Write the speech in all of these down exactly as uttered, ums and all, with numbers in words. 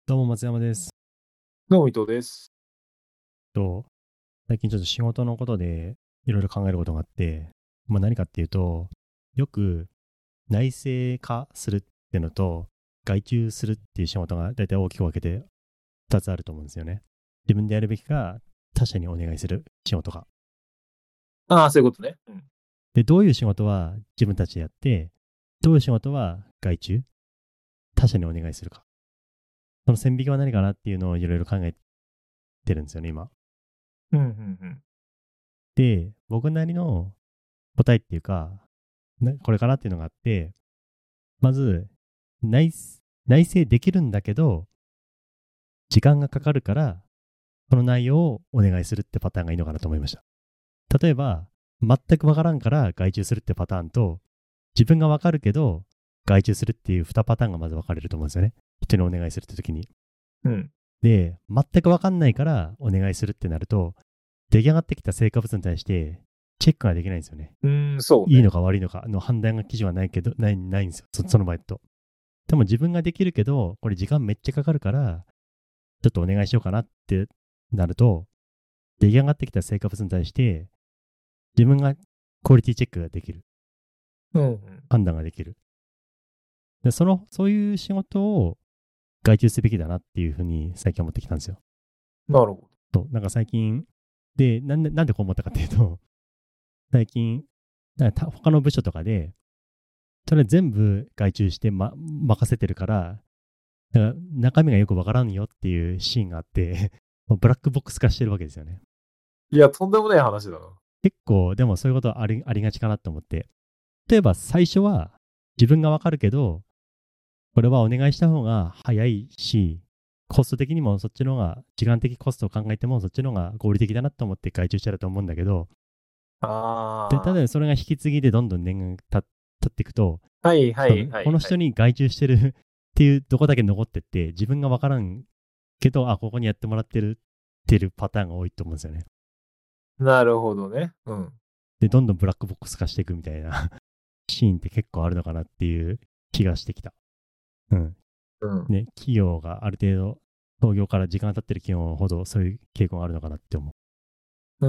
どうも松山です。 どうも伊藤です。 と、最近ちょっと仕事のことでいろいろ考えることがあって、まあ何かっていうと、よく内製化するっていうのと、外注するっていう仕事が大体大きく分けてふたつあると思うんですよね。自分でやるべきか、他社にお願いする仕事が。 ああ、そういうことね。うん。 で、どういう仕事は自分たちでやって、どういう仕事は外注、他社にお願いするか。その線引きは何かなっていうのをいろいろ考えてるんですよね、今。 うん、うん、うん。 で、僕なりの答えっていうか、なこれかなっていうのがあって、まず、内、内製できるんだけど、時間がかかるから、この内容をお願いするってパターンがいいのかなと思いました。例えば、全くわからんから外注するってパターンと、自分がわかるけど、外注するっていうにパターンがまず分かれると思うんですよね。人にお願いするって時に。 うん。 で、全くわかんないからお願いするってなると、出来上がってきた成果物に対してチェックができないんですよね。 うーん、そうね。 いいのか悪いのかの判断が基準はないけど、ない、ないんですよ。そその場合と。でも自分ができるけど、これ時間めっちゃかかるから、ちょっとお願いしようかなってなると、出来上がってきた成果物に対して、自分がクオリティチェックができる。 うん、うん。 判断ができる。で、その、そういう仕事を外注すべきだなっていうふうに最近思ってきたんですよ。 なるほと、なんか最近、で、なんで、なんでこう思ったかっていうと、最近、なんか他の部署とかで、それ全部外注して、ま、任せてるから、だから中身がよくわからんよっていうシーンがあってブラックボックス化してるわけですよね。 ど。いや、とんでもない話だな。 結構、でもそういうことはありありがちかなと思って。例えば最初は自分がわかるけど、これはお願いした方が早いし、コスト的にもそっちの方が、時間的コストを考えてもそっちの方が合理的だなと思って外注してると思うんだけど、で、たあだそれが引き継ぎでどんどん年が経っていくと、 あ。はいはそのいはいはい。 この人に外注してるっていうとこだけ残ってって、自分がわからんけど、あ、ここにやってもらってるってるパターンが多いと思うんですよね。 なるほどね。うん。 で、どんどんブラックボックス化していくみたいなシーンって結構あるのかなっていう気がしてきた。うん。 うん。 ね、企業がある程度、創業から時間が経ってる企業ほどそういう傾向があるのかなって思う。 うん、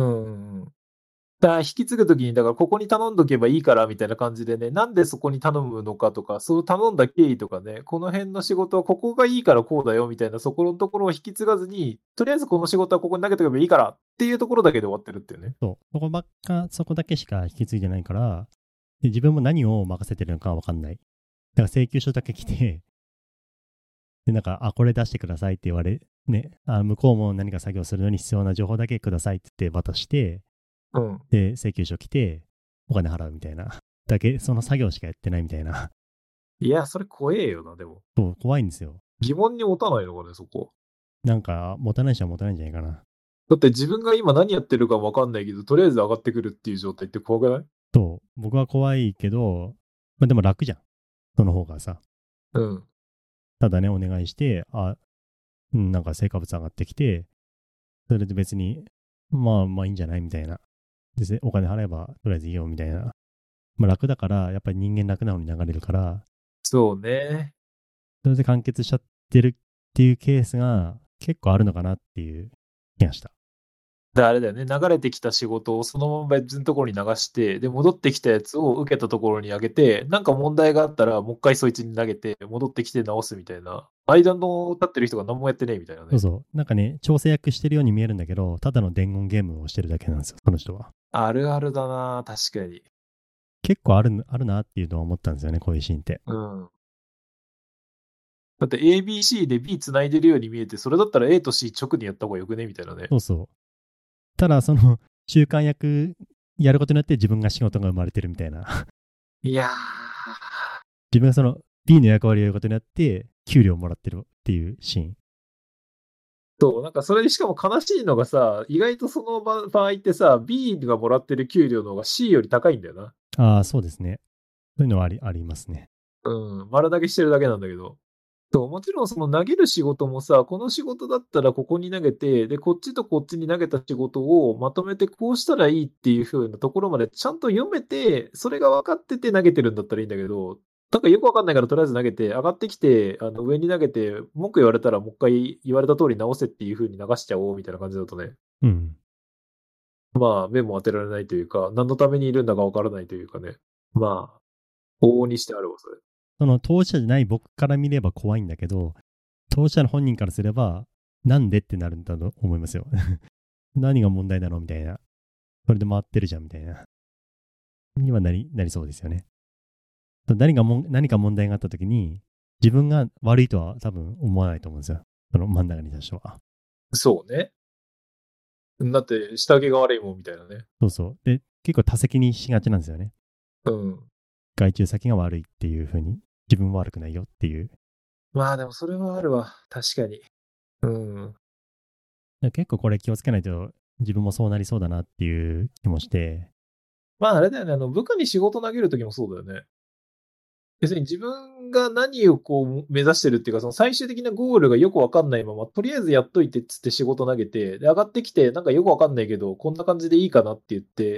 うん。だから引き継ぐときに、だからここに頼んどけばいいからみたいな感じでね、なんでそこに頼むのかとか、そう頼んだ経緯とかね、この辺の仕事はここがいいからこうだよみたいな、そこのところを引き継がずに、とりあえずこの仕事はここに投げておけばいいからっていうところだけで終わってるっていうね。 そう。そこばっか、そこだけしか引き継いでないから、で自分も何を任せてるのかはわかんない。だから請求書だけ来て、で、なんか、あ、これ出してくださいって言われ、ね、あ向こうも何か作業するのに必要な情報だけくださいって言って渡して、 うん。 で、請求書来て、お金払うみたいな。だけ、その作業しかやってないみたいな。 いや、それ怖えよな、でも。 そう、怖いんですよ。 疑問に持たないのかね、そこ。 なんか、持たない人は持たないんじゃないかな。 だって自分が今何やってるかわかんないけど、とりあえず上がってくるっていう状態って怖くない？ そう、僕は怖いけど、まあでも楽じゃん。その方がさ。 うん。 ただね、お願いして、あ、うん、なんか成果物上がってきて、それで別に、まあまあいいんじゃないみたいな。で、お金払えばとりあえずいいよみたいな。まあ楽だから、やっぱり人間楽なのに流れるから、 そうね。 それで完結しちゃってるっていうケースが結構あるのかなっていう気がした。 だあれだよね、流れてきた仕事をそのまま別のところに流して、で、戻ってきたやつを受けたところに上げて、なんか問題があったらもう一回そいつに投げて、戻ってきて直すみたいな。間の立ってる人が何もやってねえみたいなね。 そうそう。なんかね、調整役してるように見えるんだけど、ただの伝言ゲームをしてるだけなんですよ、その人は。 あるあるだな、確かに。 結構ある、あるなっていうのは思ったんですよね、こういうシーンって。 うん。だって エービーシー で B 繋いでるように見えて、それだったら A と C 直にやった方がよくねみたいなね。 そうそう。ただ、その、習慣役やることによって自分が仕事が生まれてるみたいな。 いやー。 自分がその B の役割をやることによって給料をもらってるっていうシーン。 そう、なんかそれでしかも悲しいのがさ、意外とその場場合ってさ、B がもらってる給料の方が C より高いんだよな。 ああ、そうですね。そういうのはありありますね。 うん、丸投げしてるだけなんだけど。そう、もちろんその投げる仕事もさ、この仕事だったらここに投げて、で、こっちとこっちに投げた仕事をまとめてこうしたらいいっていう風なところまでちゃんと読めて、それが分かってて投げてるんだったらいいんだけど、 なんかよくわかんないからとりあえず投げて、上がってきて、あの上に投げて、文句言われたらもう一回言われた通り直せっていう風に流しちゃおうみたいな感じだとね、 うん。 まあ、目も当てられないというか、何のためにいるんだかわからないというかね。まあ、往々にしてあるわ、それ。 その当事者じゃない僕から見れば怖いんだけど、当事者の本人からすれば、なんでってなるんだと思いますよ。何が問題なのみたいな。それで回ってるじゃんみたいな。にはなり、なりそうですよね。何かも何か問題があったときに、自分が悪いとは多分思わないと思うんですよ。その真ん中にいた人は。 そうね。だって、下着が悪いもんみたいなね。 そうそう。で、結構多責にしがちなんですよね。 うん。 外注先が悪いっていう風に、自分は悪くないよっていう。 まあでもそれはあるわ。確かに。うん。 結構これ気をつけないと自分もそうなりそうだなっていう気もして。 まああれだよね。あの、部下に仕事投げるときもそうだよね。要するに自分が何をこう目指してるっていうか、その最終的なゴールがよくわかんないまま、とりあえずやっといてっつって仕事投げて、で、上がってきて、なんかよくわかんないけど、こんな感じでいいかなって言って、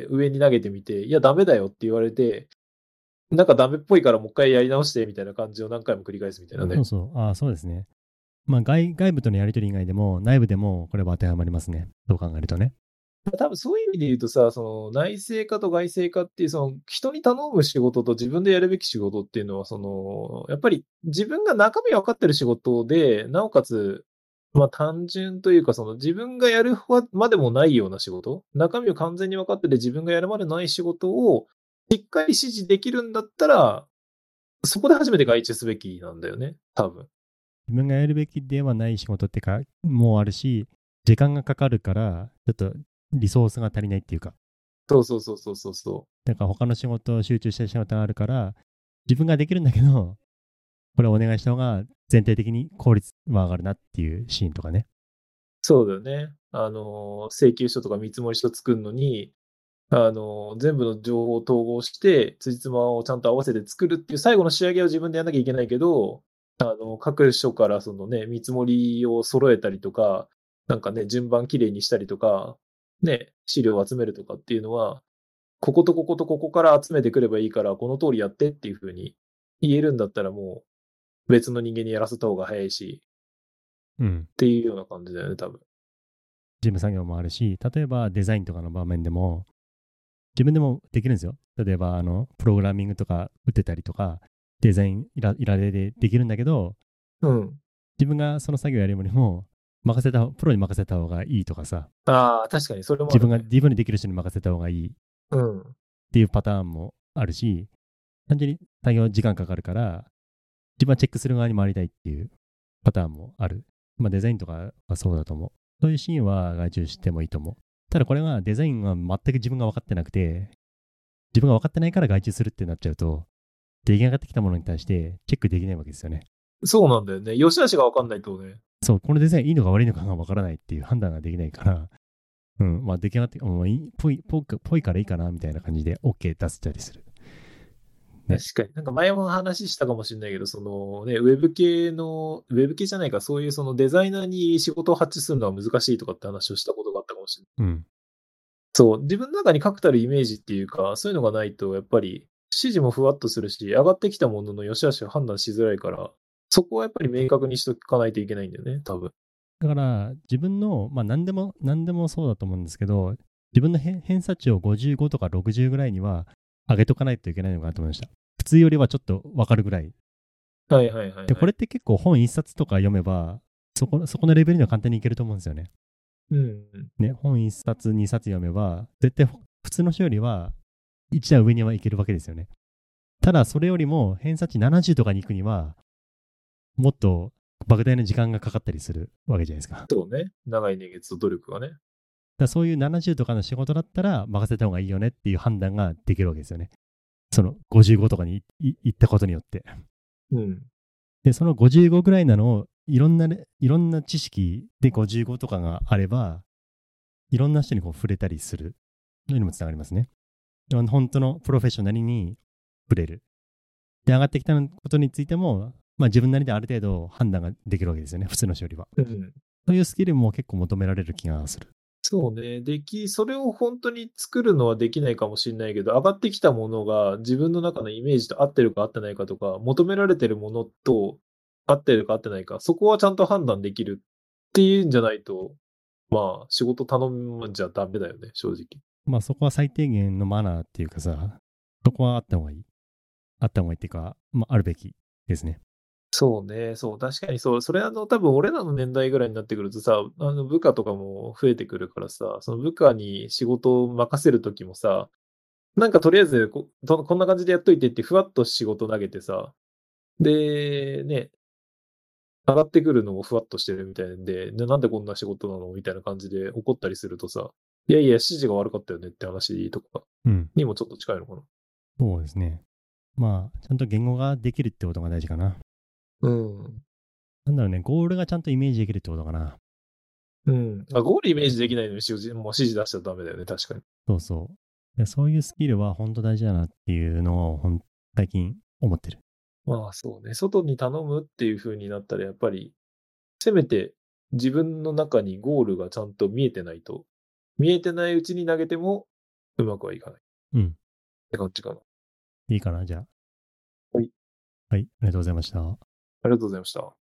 上に投げてみて、いや、ダメだよって言われて、なんかダメっぽいからもう一回やり直してみたいな感じを何回も繰り返すみたいなね。 そうそう。ああ、そうですね。まあ外、外部とのやり取り以外でも、内部でもこれは当てはまりますね。どう考えるとね。 多分そういう意味で言うとさ、その内製化と外製化っていう、その人に頼む仕事と自分でやるべき仕事っていうのは、その、やっぱり自分が中身分かってる仕事で、なおかつ、まあ単純というか、その自分がやるまでもないような仕事、中身を完全に分かってて自分がやるまでない仕事をしっかり指示できるんだったら、そこで初めて外注すべきなんだよね、多分。 自分がやるべきではない仕事ってか、もうあるし、時間がかかるから、ちょっとリソースが足りないっていうか、 そうそうそうそうそうそなんか他の仕事を集中した仕事があるから、自分ができるんだけど、これをお願いした方が全体的に効率は上がるなっていうシーンとかね。 う。そうだよね。あの、請求書とか見積書作るのに、あの、全部の情報を統合して、辻褄をちゃんと合わせて作るっていう最後の仕上げを自分でやんなきゃいけないけど、あの、各所からそのね、見積もりを揃えたりとか、なんかね、順番きれいにしたりとか、ね、資料を集めるとかっていうのは、こことこことここから集めてくればいいから、この通りやってっていう風に言えるんだったらもう別の人間にやらせた方が早いし、 うん。 っていうような感じだよね、多分。 事務作業もあるし、例えばデザインとかの場面でも、自分でもできるんですよ。例えば、あの、プログラミングとか打ってたりとか、デザインいらいられでできるんだけど、 うん。 自分がその作業やるよりも、任せた、プロに任せた方がいいとかさ、 ああ、確かにそれもあ自分が、 るね。 自分にできる人に任せた方がいいっうん。 ていうパターンもあるし、単純に作業時間かかるから、自分はチェックする側に回りたいっていうパターンもある。まあデザインとかはそうだと思う。そういうシーンは外注してもいいと思う。ただこれはデザインは全く自分が分かってなくて、自分が分かってないから外注するってなっちゃうと、出来上がってきたものに対してチェックできないわけですよね。 そうなんだよね。良し悪しがわかんないとね。 そう、このデザインいいのか悪いのかが分からないっていう判断ができないから、うん、まあ出来上がって、もういいぽい、ぽいぽいからいいかなみたいな感じで OK 出せたりする。ね。 確かに。なんか前も話したかもしれないけど、そのね、ウェブ系の、ウェブ系じゃないか、そういうそのデザイナーに仕事を発注するのは難しいとかって話をしたことがあったかもしれない。 うん。 そう、自分の中に確たるイメージっていうか、そういうのがないと、やっぱり指示もふわっとするし、上がってきたものの良し悪しを判断しづらいから、そこはやっぱり明確にしとかないといけないんだよね、多分。 だから自分の、まあ何でも、何でもそうだと思うんですけど、自分の偏偏差値をごじゅうごとかろくじゅうぐらいには上げとかないといけないのかなと思いました。普通よりはちょっと分かるぐらい。 はいはいはい、はい。 で、これって結構本一冊とか読めば、そこそこのレベルには簡単にいけると思うんですよね。 うん。 ね、本一冊、二冊読めば、絶対普通の人よりは一段上にはいけるわけですよね。ただ、それよりも偏差値ななじゅうとかに行くには、もっと莫大な時間がかかったりするわけじゃないですか。だかそうね。長い年月と努力がね。 らそういうななじゅうとかの仕事だったら任せた方がいいよねっていう判断ができるわけですよね。そのごじゅうごとかに行ったことによって。 うん。 で、そのごじゅうごぐらいなのをいろんな、ね、いろんな知識でごじゅうごとかがあれば、いろんな人にこう触れたりするのにもつながりますね。本当のプロフェッショナルに触れる。で、上がってきたことについても、まあ自分なりである程度判断ができるわけですよね、普通の人よりは。 うん。 そういうスキルも結構求められる気がする。 そうね。でき、それを本当に作るのはできないかもしれないけど、上がってきたものが自分の中のイメージと合ってるか合ってないかとか、求められてるものと合ってるか合ってないか、そこはちゃんと判断できるっていうんじゃないと、まあ、仕事頼むんじゃダメだよね、正直。 まあそこは最低限のマナーっていうかさ、そこはあった方がいい。あった方がいいっていうか、まああるべきですね。 そうね、そう、確かにそう。それあの、多分俺らの年代ぐらいになってくるとさ、あの、部下とかも増えてくるからさ、その部下に仕事を任せるときもさ、なんかとりあえずこ、とこんな感じでやっといてってふわっと仕事投げてさ、で、ね、上がってくるのもふわっとしてるみたいなんで、でなんでこんな仕事なのみたいな感じで怒ったりするとさ、いやいや、指示が悪かったよねって話とかうん。 にもちょっと近いのかな。 そうですね。まあ、ちゃんと言語ができるってことが大事かな。 うん。 なんだろうね、ゴールがちゃんとイメージできるってことかな。 うん。あ、ゴールイメージできないのに指示もう指示出しちゃダメだよね、確かに。 そうそう。でそういうスキルは本当大事だなっていうのをほん最近思ってる。 まあそうね、外に頼むっていう風になったらやっぱり、せめて自分の中にゴールがちゃんと見えてないと、見えてないうちに投げてもうまくはいかないっうん。 て感じかな。 いいかな、じゃあ。 はい。 はい、ありがとうございました。 ありがとうございました。